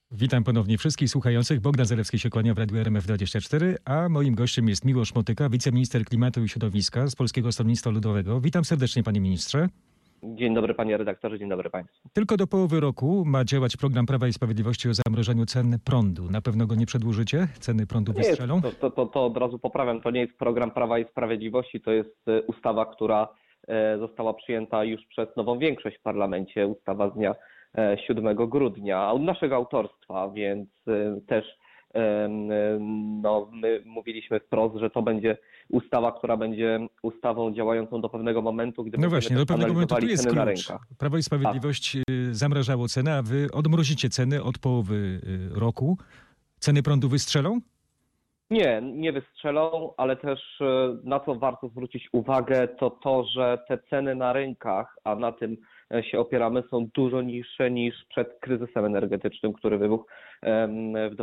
Witam ponownie wszystkich słuchających. Bogdan Zalewski się kłania w Radiu RMF24, a moim gościem jest Miłosz Motyka, wiceminister klimatu i środowiska z Polskiego Stronnictwa Ludowego. Witam serdecznie, panie ministrze. Dzień dobry, panie redaktorze, dzień dobry państwu. Tylko do połowy roku ma działać program Prawa i Sprawiedliwości o zamrożeniu cen prądu. Na pewno go nie przedłużycie? Ceny prądu wystrzelą? To od razu poprawiam, to nie jest program Prawa i Sprawiedliwości, to jest ustawa, która została przyjęta już przez nową większość w parlamencie, ustawa z dnia 7 grudnia, od naszego autorstwa, więc też my mówiliśmy wprost, że to będzie ustawa, która będzie ustawą działającą do pewnego momentu, gdy no właśnie, do pewnego momentu tu jest klucz. Na Prawo i Sprawiedliwość zamrażało cenę, a wy odmrozicie ceny od połowy roku. Ceny prądu wystrzelą? Nie wystrzelą, ale też na co warto zwrócić uwagę, to, że te ceny na rynkach, a na tym się opieramy, są dużo niższe niż przed kryzysem energetycznym, który wybuchł w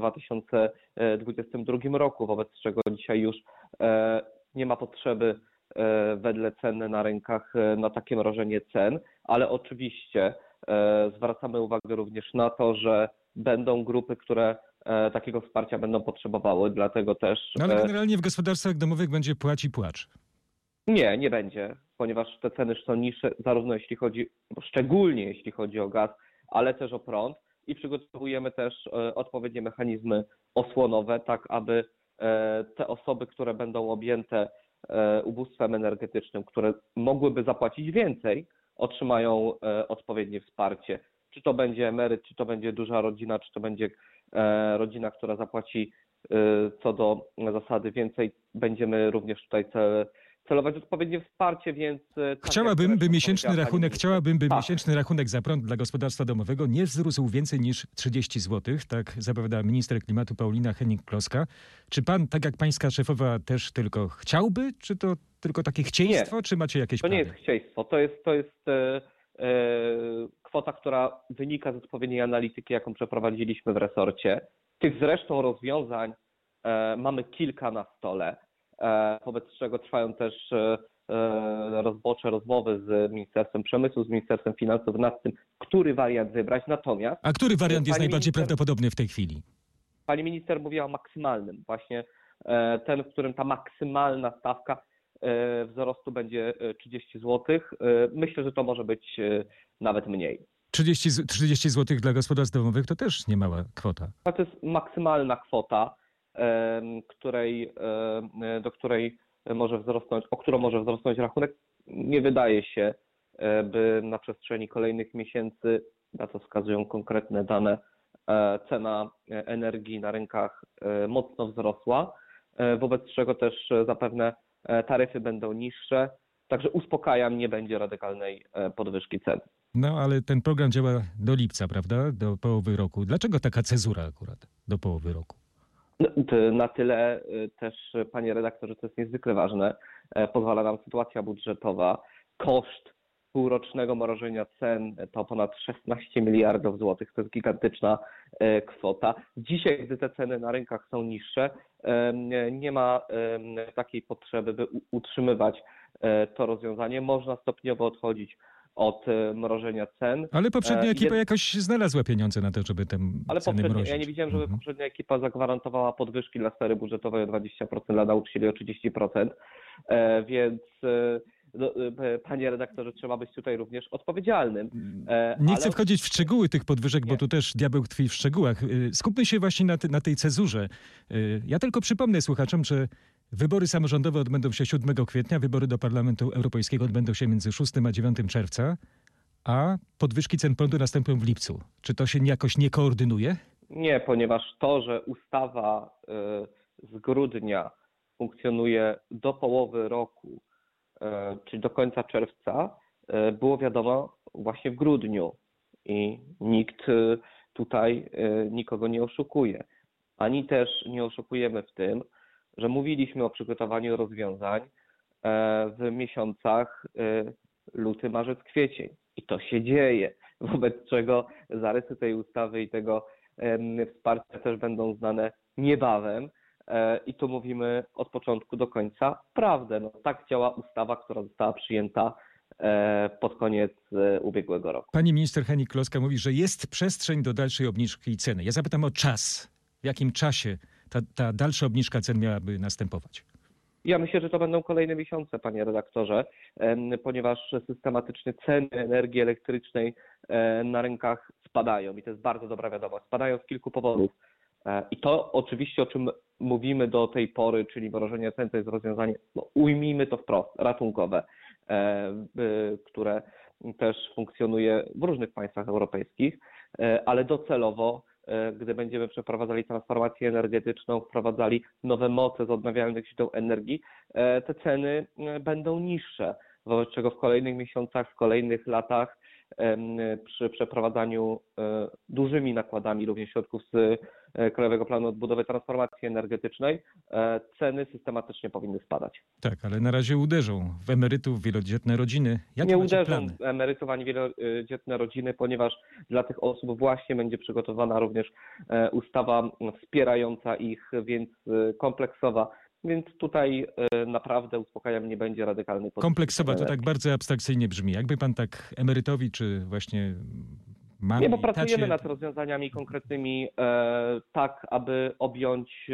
2022 roku, wobec czego dzisiaj już nie ma potrzeby wedle ceny na rynkach na takie mrożenie cen, ale oczywiście zwracamy uwagę również na to, że będą grupy, które takiego wsparcia będą potrzebowały, dlatego też... No ale generalnie w gospodarstwach domowych będzie płacz i płacz. Nie będzie, ponieważ te ceny są niższe, zarówno szczególnie jeśli chodzi o gaz, ale też o prąd i przygotowujemy też odpowiednie mechanizmy osłonowe, tak aby te osoby, które będą objęte ubóstwem energetycznym, które mogłyby zapłacić więcej, otrzymają odpowiednie wsparcie. Czy to będzie emeryt, czy to będzie duża rodzina, czy to będzie rodzina, która zapłaci co do zasady więcej, będziemy również tutaj celować odpowiednie wsparcie, więc... Chciałabym, by miesięczny rachunek za prąd dla gospodarstwa domowego nie wzrósł więcej niż 30 zł, tak zapowiada minister klimatu Paulina Hennig-Kloska. Czy pan, tak jak pańska szefowa, też tylko chciałby, czy to tylko takie chcieństwo, Nie, czy macie jakieś to plany? nie jest chcieństwo, to jest kwota, która wynika z odpowiedniej analityki, jaką przeprowadziliśmy w resorcie. Tych zresztą rozwiązań mamy kilka na stole, wobec czego trwają też robocze rozmowy z Ministerstwem Przemysłu, z Ministerstwem Finansów nad tym, który wariant wybrać. Natomiast... A który wariant jest najbardziej prawdopodobny w tej chwili? Pani minister mówiła o maksymalnym, właśnie ten, w którym ta maksymalna stawka wzrostu będzie 30 zł. Myślę, że to może być nawet mniej. 30 zł dla gospodarstw domowych to też nie mała kwota. To jest maksymalna kwota, o którą może wzrosnąć rachunek. Nie wydaje się, by na przestrzeni kolejnych miesięcy, na co wskazują konkretne dane, cena energii na rynkach mocno wzrosła, wobec czego też zapewne taryfy będą niższe. Także uspokajam, nie będzie radykalnej podwyżki cen. No ale ten program działa do lipca, prawda? Do połowy roku. Dlaczego taka cezura akurat do połowy roku? Na tyle też, panie redaktorze, to jest niezwykle ważne. Pozwala nam sytuacja budżetowa. Koszt półrocznego mrożenia cen to ponad 16 miliardów złotych. To jest gigantyczna kwota. Dzisiaj, gdy te ceny na rynkach są niższe, nie ma takiej potrzeby, by utrzymywać to rozwiązanie. Można stopniowo odchodzić od mrożenia cen. Ale poprzednia ekipa jakoś znalazła pieniądze na to, żeby te ceny mrozić. Ja nie widziałem, żeby poprzednia ekipa zagwarantowała podwyżki dla sfery budżetowej o 20%, dla nauczycieli o 30%, więc panie redaktorze, trzeba być tutaj również odpowiedzialnym. Nie chcę wchodzić w szczegóły tych podwyżek, bo tu też diabeł tkwi w szczegółach. Skupmy się właśnie na tej cezurze. Ja tylko przypomnę słuchaczom, że wybory samorządowe odbędą się 7 kwietnia, wybory do Parlamentu Europejskiego odbędą się między 6 a 9 czerwca, a podwyżki cen prądu następują w lipcu. Czy to się jakoś nie koordynuje? Nie, ponieważ to, że ustawa z grudnia funkcjonuje do połowy roku, czyli do końca czerwca, było wiadomo właśnie w grudniu i nikt tutaj nikogo nie oszukuje. Ani też nie oszukujemy w tym, że mówiliśmy o przygotowaniu rozwiązań w miesiącach luty, marzec, kwiecień. I to się dzieje, wobec czego zarysy tej ustawy i tego wsparcia też będą znane niebawem. I tu mówimy od początku do końca prawdę. No, tak działa ustawa, która została przyjęta pod koniec ubiegłego roku. Pani minister Hennig-Kloska mówi, że jest przestrzeń do dalszej obniżki ceny. Ja zapytam o czas. W jakim czasie ta dalsza obniżka cen miałaby następować? Ja myślę, że to będą kolejne miesiące, panie redaktorze, ponieważ systematycznie ceny energii elektrycznej na rynkach spadają i to jest bardzo dobra wiadomość. Spadają z kilku powodów. I to oczywiście, o czym mówimy do tej pory, czyli mrożenie cen, to jest rozwiązanie, ujmijmy to wprost, ratunkowe, które też funkcjonuje w różnych państwach europejskich, ale docelowo, gdy będziemy przeprowadzali transformację energetyczną, wprowadzali nowe moce z odnawialnych źródeł energii, te ceny będą niższe, wobec czego w kolejnych miesiącach, w kolejnych latach przy przeprowadzaniu dużymi nakładami również środków z Krajowego Planu Odbudowy Transformacji Energetycznej ceny systematycznie powinny spadać. Tak, ale na razie uderzą w emerytów, wielodzietne rodziny. Jakie Nie macie uderzą plany? emerytów ani wielodzietne rodziny, ponieważ dla tych osób właśnie będzie przygotowana również ustawa wspierająca ich, więc kompleksowa. Więc tutaj naprawdę, uspokajam, nie będzie radykalnej podwyżki Kompleksowa to cen tak bardzo abstrakcyjnie brzmi. Jakby pan tak emerytowi, czy właśnie mamie, Nie, bo pracujemy tacie... nad rozwiązaniami konkretnymi tak, aby objąć.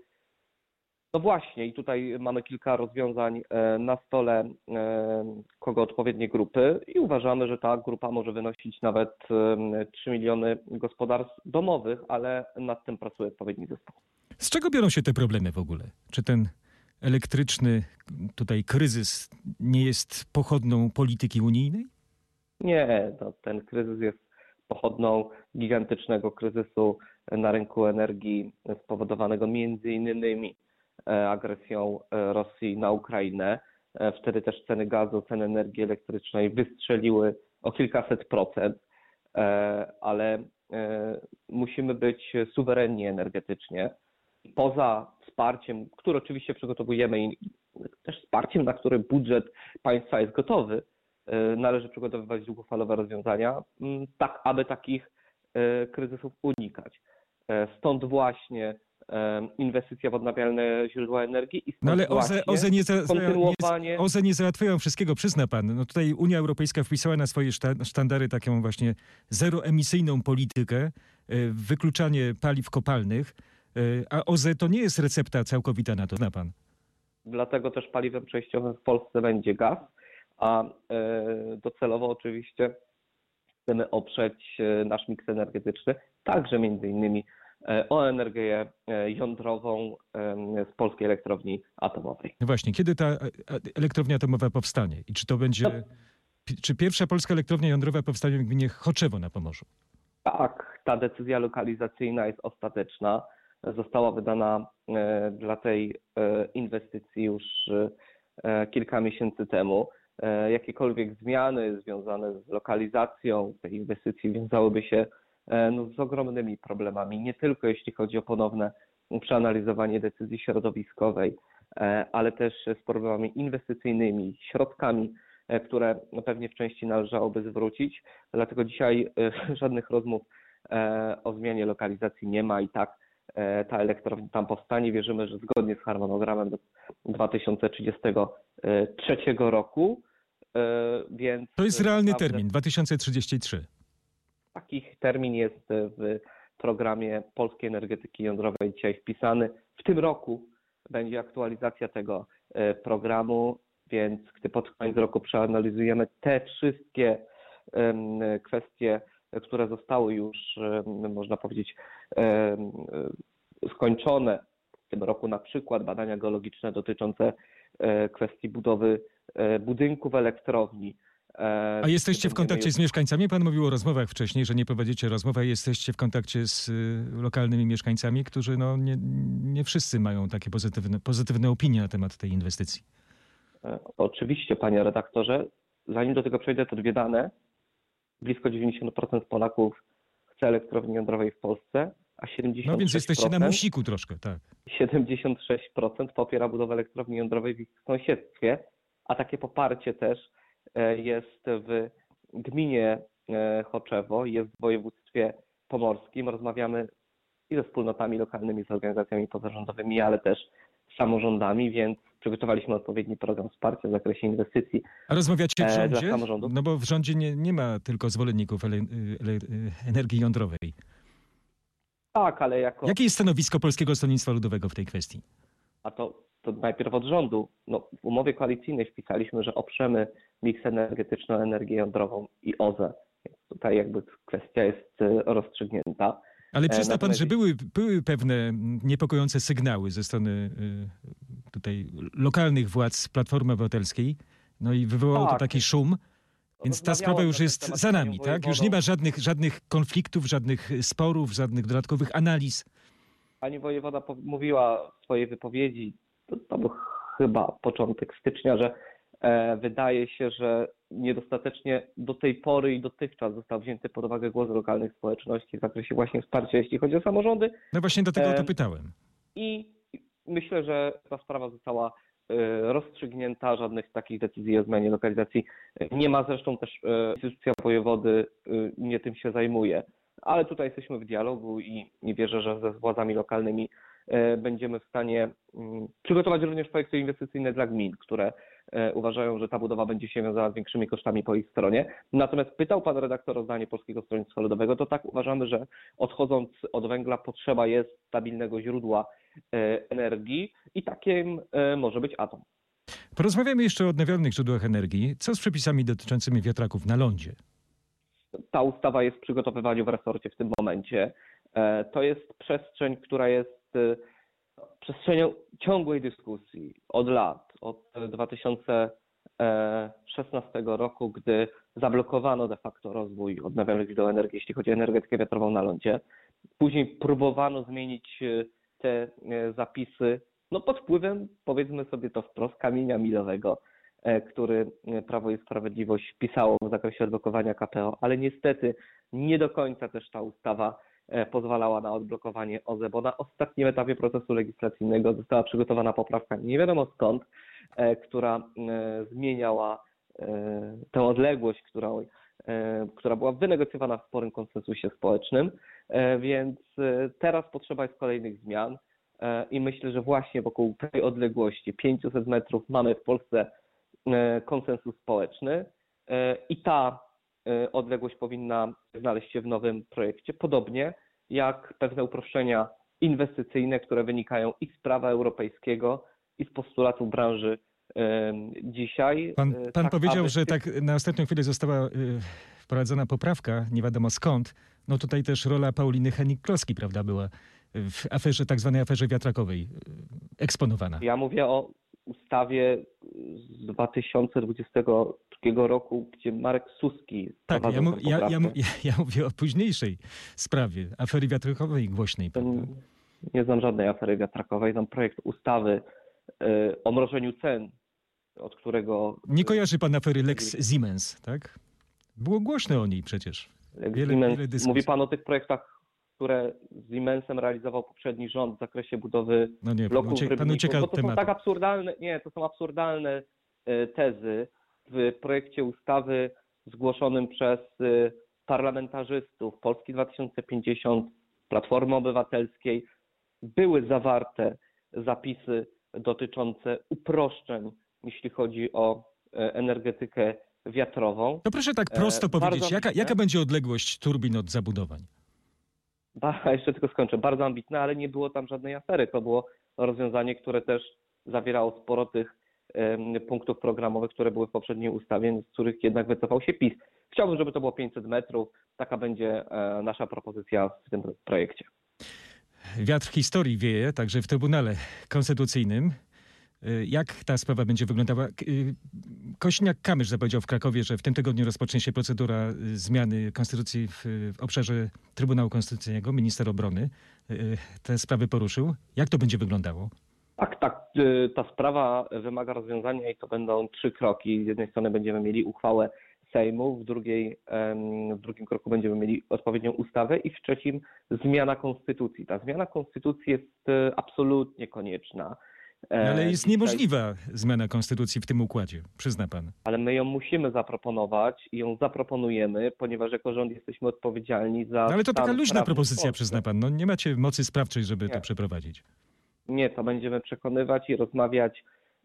No właśnie, i tutaj mamy kilka rozwiązań na stole, kogo odpowiednie grupy i uważamy, że ta grupa może wynosić nawet 3 miliony gospodarstw domowych, ale nad tym pracuje odpowiedni zespół. Z czego biorą się te problemy w ogóle? Czy ten elektryczny tutaj kryzys nie jest pochodną polityki unijnej? Nie, no, ten kryzys jest pochodną gigantycznego kryzysu na rynku energii spowodowanego między innymi agresją Rosji na Ukrainę. Wtedy też ceny gazu, ceny energii elektrycznej wystrzeliły o kilkaset procent, ale musimy być suwerenni energetycznie. Poza wsparciem, które oczywiście przygotowujemy i też wsparciem, na które budżet państwa jest gotowy, należy przygotowywać długofalowe rozwiązania, tak aby takich kryzysów unikać. Stąd właśnie inwestycja w odnawialne źródła energii i stąd No ale właśnie kontynuowanie... OZE nie załatwiają wszystkiego, przyzna pan. No tutaj Unia Europejska wpisała na swoje sztandary taką właśnie zeroemisyjną politykę, wykluczanie paliw kopalnych, a OZE to nie jest recepta całkowita na to, zna pan. Dlatego też paliwem przejściowym w Polsce będzie gaz, a docelowo oczywiście chcemy oprzeć nasz miks energetyczny także między innymi o energię jądrową z polskiej elektrowni atomowej. No właśnie, kiedy ta elektrownia atomowa powstanie? I czy to będzie, czy pierwsza polska elektrownia jądrowa powstanie w gminie Choczewo na Pomorzu? Tak, ta decyzja lokalizacyjna jest ostateczna. Została wydana dla tej inwestycji już kilka miesięcy temu. Jakiekolwiek zmiany związane z lokalizacją tej inwestycji wiązałyby się z ogromnymi problemami, nie tylko jeśli chodzi o ponowne przeanalizowanie decyzji środowiskowej, ale też z problemami inwestycyjnymi, środkami, które pewnie w części należałoby zwrócić. Dlatego dzisiaj żadnych rozmów o zmianie lokalizacji nie ma i tak ta elektrownia tam powstanie. Wierzymy, że zgodnie z harmonogramem do 2033 roku. Więc to jest realny termin, 2033. Taki termin jest w programie polskiej energetyki jądrowej dzisiaj wpisany. W tym roku będzie aktualizacja tego programu, więc gdy pod koniec roku przeanalizujemy te wszystkie kwestie, które zostały już, można powiedzieć, skończone w tym roku, na przykład badania geologiczne dotyczące kwestii budowy budynków elektrowni. A jesteście w kontakcie z mieszkańcami? Pan mówił o rozmowach wcześniej, że nie prowadzicie rozmów, a jesteście w kontakcie z lokalnymi mieszkańcami, którzy no, nie wszyscy mają takie pozytywne opinie na temat tej inwestycji. Oczywiście, panie redaktorze. Zanim do tego przejdę, to dwie dane. Blisko 90% Polaków chce elektrowni jądrowej w Polsce, a 76%... No więc jesteście na musiku troszkę, tak. 76% popiera budowę elektrowni jądrowej w ich sąsiedztwie, a takie poparcie też jest w gminie Choczewo, jest w województwie pomorskim. Rozmawiamy i ze wspólnotami lokalnymi, z organizacjami pozarządowymi, ale też z samorządami, więc przygotowaliśmy odpowiedni program wsparcia w zakresie inwestycji A rozmawiacie w dla rządzie? samorządu. No bo w rządzie nie ma tylko zwolenników energii jądrowej. Tak, ale Jakie jest stanowisko Polskiego Stronnictwa Ludowego w tej kwestii? to najpierw od rządu. No, w umowie koalicyjnej wpisaliśmy, że oprzemy miks energetyczny o energię jądrową i OZE. Więc tutaj jakby kwestia jest rozstrzygnięta. Ale przyzna pan, Natomiast że były pewne niepokojące sygnały ze strony tutaj lokalnych władz Platformy Obywatelskiej, no i wywołało to Tak. taki szum, więc ta sprawa już na ten jest temat za z panią nami, tak? Już nie ma żadnych konfliktów, żadnych sporów, żadnych dodatkowych analiz. Pani wojewoda mówiła w swojej wypowiedzi, to był chyba początek stycznia, że wydaje się, że niedostatecznie do tej pory i dotychczas został wzięty pod uwagę głos lokalnych społeczności w zakresie właśnie wsparcia, jeśli chodzi o samorządy. No właśnie dlatego o to pytałem. I myślę, że ta sprawa została rozstrzygnięta, żadnych takich decyzji o zmianie lokalizacji nie ma. Zresztą też instytucja wojewody nie tym się zajmuje. Ale tutaj jesteśmy w dialogu i wierzę, że ze władzami lokalnymi będziemy w stanie przygotować również projekty inwestycyjne dla gmin, które uważają, że ta budowa będzie się wiązała z większymi kosztami po ich stronie. Natomiast pytał pan redaktor o zdanie Polskiego Stronnictwa Ludowego, to tak uważamy, że odchodząc od węgla potrzeba jest stabilnego źródła energii i takim może być atom. Porozmawiamy jeszcze o odnawialnych źródłach energii. Co z przepisami dotyczącymi wiatraków na lądzie? Ta ustawa jest w przygotowywaniu w resorcie w tym momencie. To jest przestrzeń, która jest przestrzenią ciągłej dyskusji od lat, od 2016 roku, gdy zablokowano de facto rozwój odnawialnych źródeł energii, jeśli chodzi o energetykę wiatrową na lądzie. Później próbowano zmienić te zapisy pod wpływem, powiedzmy sobie to wprost, kamienia milowego, który Prawo i Sprawiedliwość wpisało w zakresie odblokowania KPO, ale niestety nie do końca też ta ustawa pozwalała na odblokowanie OZE, bo na ostatnim etapie procesu legislacyjnego została przygotowana poprawka nie wiadomo skąd, która zmieniała tę odległość, która była wynegocjowana w sporym konsensusie społecznym, więc teraz potrzeba jest kolejnych zmian i myślę, że właśnie wokół tej odległości 500 metrów mamy w Polsce konsensus społeczny i ta odległość powinna znaleźć się w nowym projekcie, podobnie jak pewne uproszczenia inwestycyjne, które wynikają i z prawa europejskiego, i z postulatów branży dzisiaj. Pan powiedział, że tak na ostatnią chwilę została wprowadzona poprawka, nie wiadomo skąd. No tutaj też rola Pauliny Hennig-Kloski, prawda, była w aferze, tak zwanej aferze wiatrakowej eksponowana. Ja mówię o ustawie z 2022 roku, gdzie Marek Suski... Tak, ja mówię o późniejszej sprawie, afery wiatrakowej głośnej. Nie znam żadnej afery wiatrakowej. Znam projekt ustawy o mrożeniu cen, od którego... Nie kojarzy pan afery Lex Siemens, tak? Było głośno o niej przecież. Wiele dyskusji. Mówi pan o tych projektach, które z Siemensem realizował poprzedni rząd w zakresie budowy bloków rybników, bo to są tak absurdalne, to są absurdalne tezy w projekcie ustawy zgłoszonym przez parlamentarzystów Polski 2050, Platformy Obywatelskiej. Były zawarte zapisy dotyczące uproszczeń, jeśli chodzi o energetykę wiatrową. To proszę tak prosto powiedzieć, jaka będzie odległość turbin od zabudowań? Jeszcze tylko skończę. Bardzo ambitne, ale nie było tam żadnej afery. To było rozwiązanie, które też zawierało sporo tych punktów programowych, które były w poprzedniej ustawie, z których jednak wycofał się PiS. Chciałbym, żeby to było 500 metrów. Taka będzie nasza propozycja w tym projekcie. Wiatr historii wieje, także w Trybunale Konstytucyjnym. Jak ta sprawa będzie wyglądała? Kośniak-Kamysz zapowiedział w Krakowie, że w tym tygodniu rozpocznie się procedura zmiany konstytucji w obszarze Trybunału Konstytucyjnego. Minister obrony te sprawy poruszył. Jak to będzie wyglądało? Tak. Ta sprawa wymaga rozwiązania i to będą 3 kroki. Z jednej strony będziemy mieli uchwałę Sejmu, w drugim kroku będziemy mieli odpowiednią ustawę i w trzecim zmiana konstytucji. Ta zmiana konstytucji jest absolutnie konieczna. Ale jest niemożliwa zmiana konstytucji w tym układzie, przyzna pan. Ale my ją musimy zaproponować i ją zaproponujemy, ponieważ jako rząd jesteśmy odpowiedzialni za... Ale to taka luźna propozycja, przyzna pan. No nie macie mocy sprawczej, żeby Nie. to przeprowadzić. Nie, to będziemy przekonywać i rozmawiać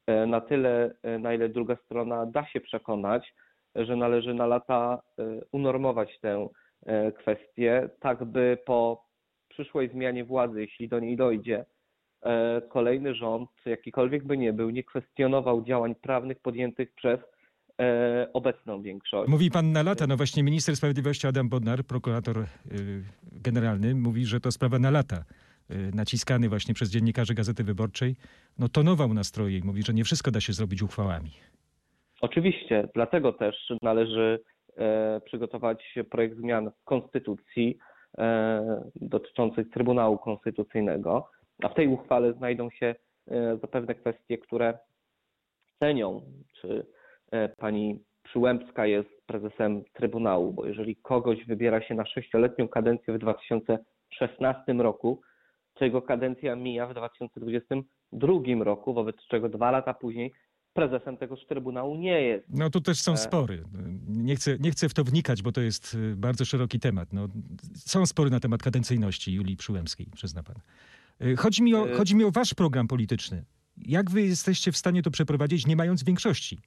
na tyle, na ile druga strona da się przekonać, że należy na lata unormować tę kwestię, tak by po przyszłej zmianie władzy, jeśli do niej dojdzie, kolejny rząd, jakikolwiek by nie był, nie kwestionował działań prawnych podjętych przez obecną większość. Mówi pan na lata, no właśnie minister sprawiedliwości Adam Bodnar, prokurator generalny, mówi, że to sprawa na lata. Naciskany właśnie przez dziennikarzy Gazety Wyborczej, no tonował nastroje i mówi, że nie wszystko da się zrobić uchwałami. Oczywiście, dlatego też należy przygotować projekt zmian w Konstytucji dotyczących Trybunału Konstytucyjnego, a w tej uchwale znajdą się zapewne kwestie, które cenią, czy pani Przyłębska jest prezesem Trybunału, bo jeżeli kogoś wybiera się na 6-letnią kadencję w 2016 roku, to jego kadencja mija w 2022 roku, wobec czego 2 lata później prezesem tegoż Trybunału nie jest. No tu też są spory. Nie chcę w to wnikać, bo to jest bardzo szeroki temat. No, są spory na temat kadencyjności Julii Przyłębskiej, przyzna pan. Chodzi mi o wasz program polityczny. Jak wy jesteście w stanie to przeprowadzić, nie mając większości?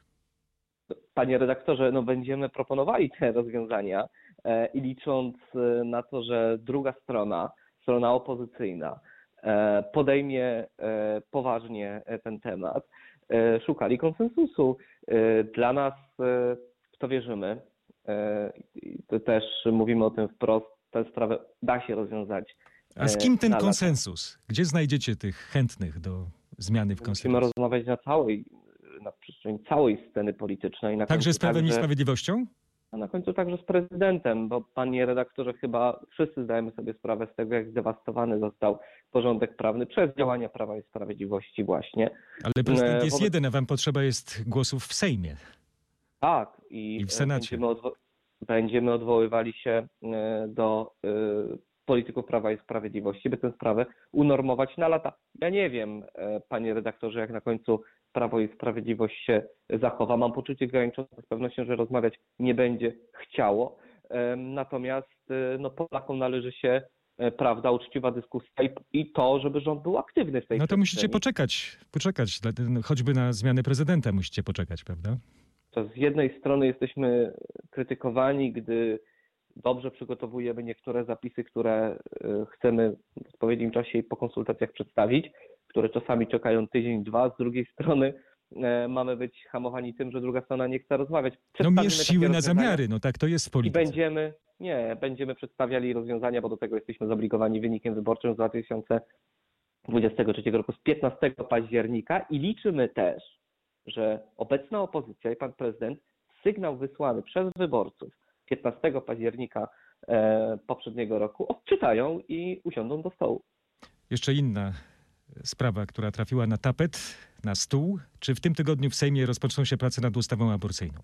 Panie redaktorze, no będziemy proponowali te rozwiązania i licząc na to, że druga strona opozycyjna podejmie poważnie ten temat, szukali konsensusu. Dla nas, w to wierzymy, to też mówimy o tym wprost, tę sprawę da się rozwiązać. A z kim ten konsensus? Gdzie znajdziecie tych chętnych do zmiany w konstytucji? Musimy rozmawiać na przestrzeni całej sceny politycznej. Także z Prawem i Sprawiedliwością? A na końcu także z prezydentem, bo panie redaktorze, chyba wszyscy zdajemy sobie sprawę z tego, jak zdewastowany został porządek prawny przez działania Prawa i Sprawiedliwości właśnie. Ale prezydent jest jeden, a wam potrzeba jest głosów w Sejmie. Tak. I w Senacie. Będziemy odwoływali się do polityków Prawa i Sprawiedliwości, by tę sprawę unormować na lata. Ja nie wiem, panie redaktorze, jak na końcu Prawo i Sprawiedliwość się zachowa. Mam poczucie graniczące z pewnością, że rozmawiać nie będzie chciało. Natomiast no, Polakom należy się prawda, uczciwa dyskusja i to, żeby rząd był aktywny w tej No to przestrzeni. musicie poczekać, choćby na zmianę prezydenta musicie poczekać, prawda? To z jednej strony jesteśmy krytykowani, gdy dobrze przygotowujemy niektóre zapisy, które chcemy w odpowiednim czasie i po konsultacjach przedstawić, które czasami czekają tydzień, 2. Z drugiej strony mamy być hamowani tym, że druga strona nie chce rozmawiać. No mierz siły na zamiary, no tak to jest w polityce. I będziemy przedstawiali rozwiązania, bo do tego jesteśmy zobligowani wynikiem wyborczym z 2023 roku, z 15 października i liczymy też, że obecna opozycja i pan prezydent sygnał wysłany przez wyborców 15 października poprzedniego roku odczytają i usiądą do stołu. Jeszcze inna sprawa, która trafiła na tapet, na stół. Czy w tym tygodniu w Sejmie rozpoczną się prace nad ustawą aborcyjną?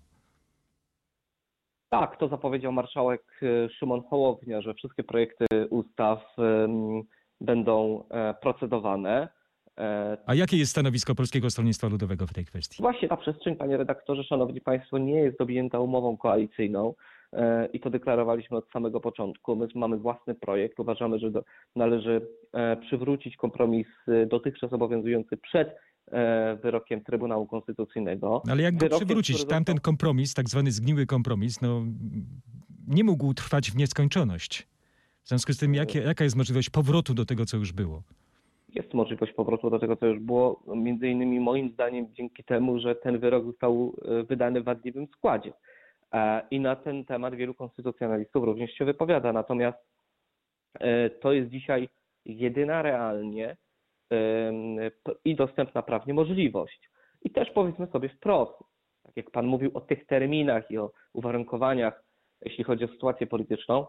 Tak, to zapowiedział marszałek Szymon Hołownia, że wszystkie projekty ustaw będą procedowane. A jakie jest stanowisko Polskiego Stronnictwa Ludowego w tej kwestii? Właśnie ta przestrzeń, panie redaktorze, szanowni państwo, nie jest objęta umową koalicyjną i to deklarowaliśmy od samego początku. My mamy własny projekt. Uważamy, że należy przywrócić kompromis dotychczas obowiązujący przed wyrokiem Trybunału Konstytucyjnego. Ale jak go przywrócić? Tamten kompromis, tak zwany zgniły kompromis, no nie mógł trwać w nieskończoność. W związku z tym, jaka jest możliwość powrotu do tego, co już było? Jest możliwość powrotu do tego, co już było, między innymi moim zdaniem dzięki temu, że ten wyrok został wydany w wadliwym składzie. I na ten temat wielu konstytucjonalistów również się wypowiada. Natomiast to jest dzisiaj jedyna realnie i dostępna prawnie możliwość. I też powiedzmy sobie wprost, tak jak pan mówił o tych terminach i o uwarunkowaniach, jeśli chodzi o sytuację polityczną,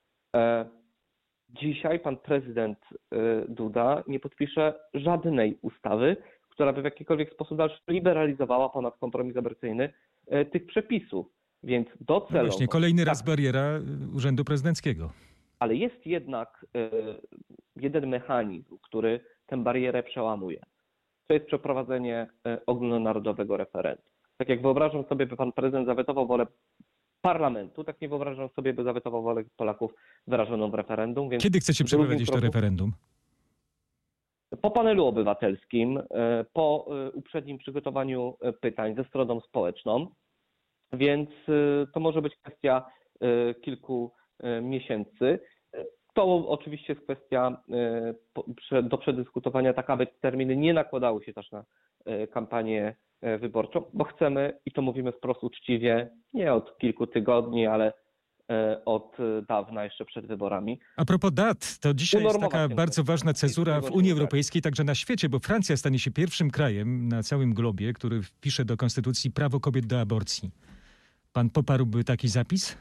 dzisiaj pan prezydent Duda nie podpisze żadnej ustawy, która by w jakikolwiek sposób dalszy liberalizowała ponad kompromis aborcyjny tych przepisów. Więc docelowo... No właśnie, kolejny raz bariera Urzędu Prezydenckiego. Ale jest jednak jeden mechanizm, który tę barierę przełamuje. To jest przeprowadzenie ogólnonarodowego referendum. Tak jak wyobrażam sobie, by pan prezydent zawetował wolę parlamentu, tak nie wyobrażam sobie, by zawetował wolę Polaków wyrażoną w referendum. Więc kiedy chcecie przeprowadzić to referendum? Po panelu obywatelskim, po uprzednim przygotowaniu pytań ze stroną społeczną, więc to może być kwestia kilku miesięcy. To oczywiście jest kwestia do przedyskutowania, tak aby terminy nie nakładały się też na kampanię wyborczą, bo chcemy, i to mówimy wprost uczciwie, nie od kilku tygodni, ale od dawna, jeszcze przed wyborami. A propos dat, to dzisiaj jest Unormować taka tę bardzo kwestię. ważna cezura w Możliwości Unii tak. Europejskiej, także na świecie, bo Francja stanie się pierwszym krajem na całym globie, który wpisze do konstytucji prawo kobiet do aborcji. Pan poparłby taki zapis?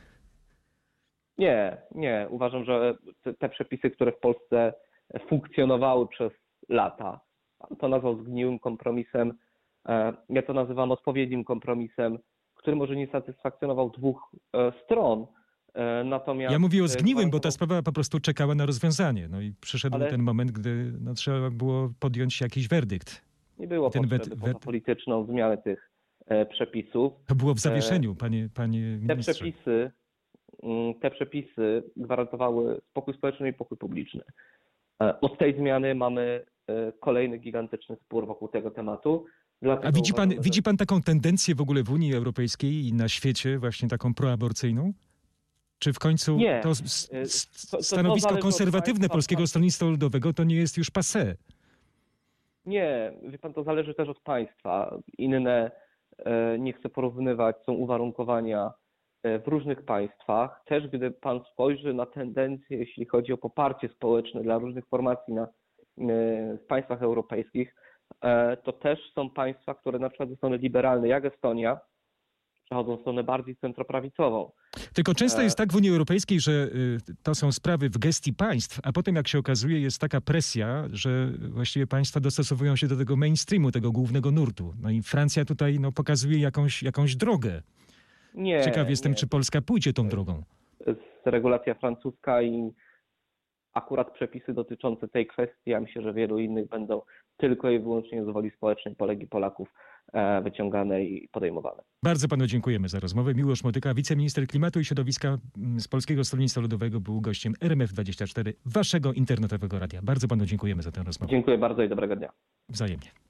Nie. Uważam, że te przepisy, które w Polsce funkcjonowały przez lata, pan to nazwał zgniłym kompromisem, ja to nazywam odpowiednim kompromisem, który może nie satysfakcjonował dwóch stron. Natomiast Ja mówię o zgniłym, bo ta gwarantował- sprawa po prostu czekała na rozwiązanie. No i przyszedł Ale- ten moment, gdy trzeba było podjąć jakiś werdykt. nie było ten potrzeby poza polityczną zmiany tych przepisów. To było w zawieszeniu, panie Te ministrze. te przepisy gwarantowały spokój społeczny i pokój publiczny. Od tej zmiany mamy kolejny gigantyczny spór wokół tego tematu. Dlatego A uważamy, że- widzi pan taką tendencję w ogóle w Unii Europejskiej i na świecie, właśnie taką proaborcyjną? Czy w końcu Nie. to To stanowisko zależy od konserwatywne państwa. Polskiego Stronnictwa Ludowego to nie jest już passé? Nie, wie pan, to zależy też od państwa. Inne, nie chcę porównywać, są uwarunkowania w różnych państwach. Też gdy pan spojrzy na tendencje, jeśli chodzi o poparcie społeczne dla różnych formacji w państwach europejskich, to też są państwa, które na przykład ze strony liberalnej, jak Estonia, przechodzą w stronę bardziej centroprawicową. Tylko często jest tak w Unii Europejskiej, że to są sprawy w gestii państw, a potem jak się okazuje jest taka presja, że właściwie państwa dostosowują się do tego mainstreamu, tego głównego nurtu. No i Francja tutaj pokazuje jakąś drogę. Nie, Ciekaw jestem, nie. czy Polska pójdzie tą drogą. Regulacja francuska i akurat przepisy dotyczące tej kwestii, ja myślę, że wielu innych będą tylko i wyłącznie z woli społecznej Polek i Polaków wyciągane i podejmowane. Bardzo panu dziękujemy za rozmowę. Miłosz Motyka, wiceminister klimatu i środowiska z Polskiego Stronnictwa Ludowego, był gościem RMF24, waszego internetowego radia. Bardzo panu dziękujemy za tę rozmowę. Dziękuję bardzo i dobrego dnia. Wzajemnie.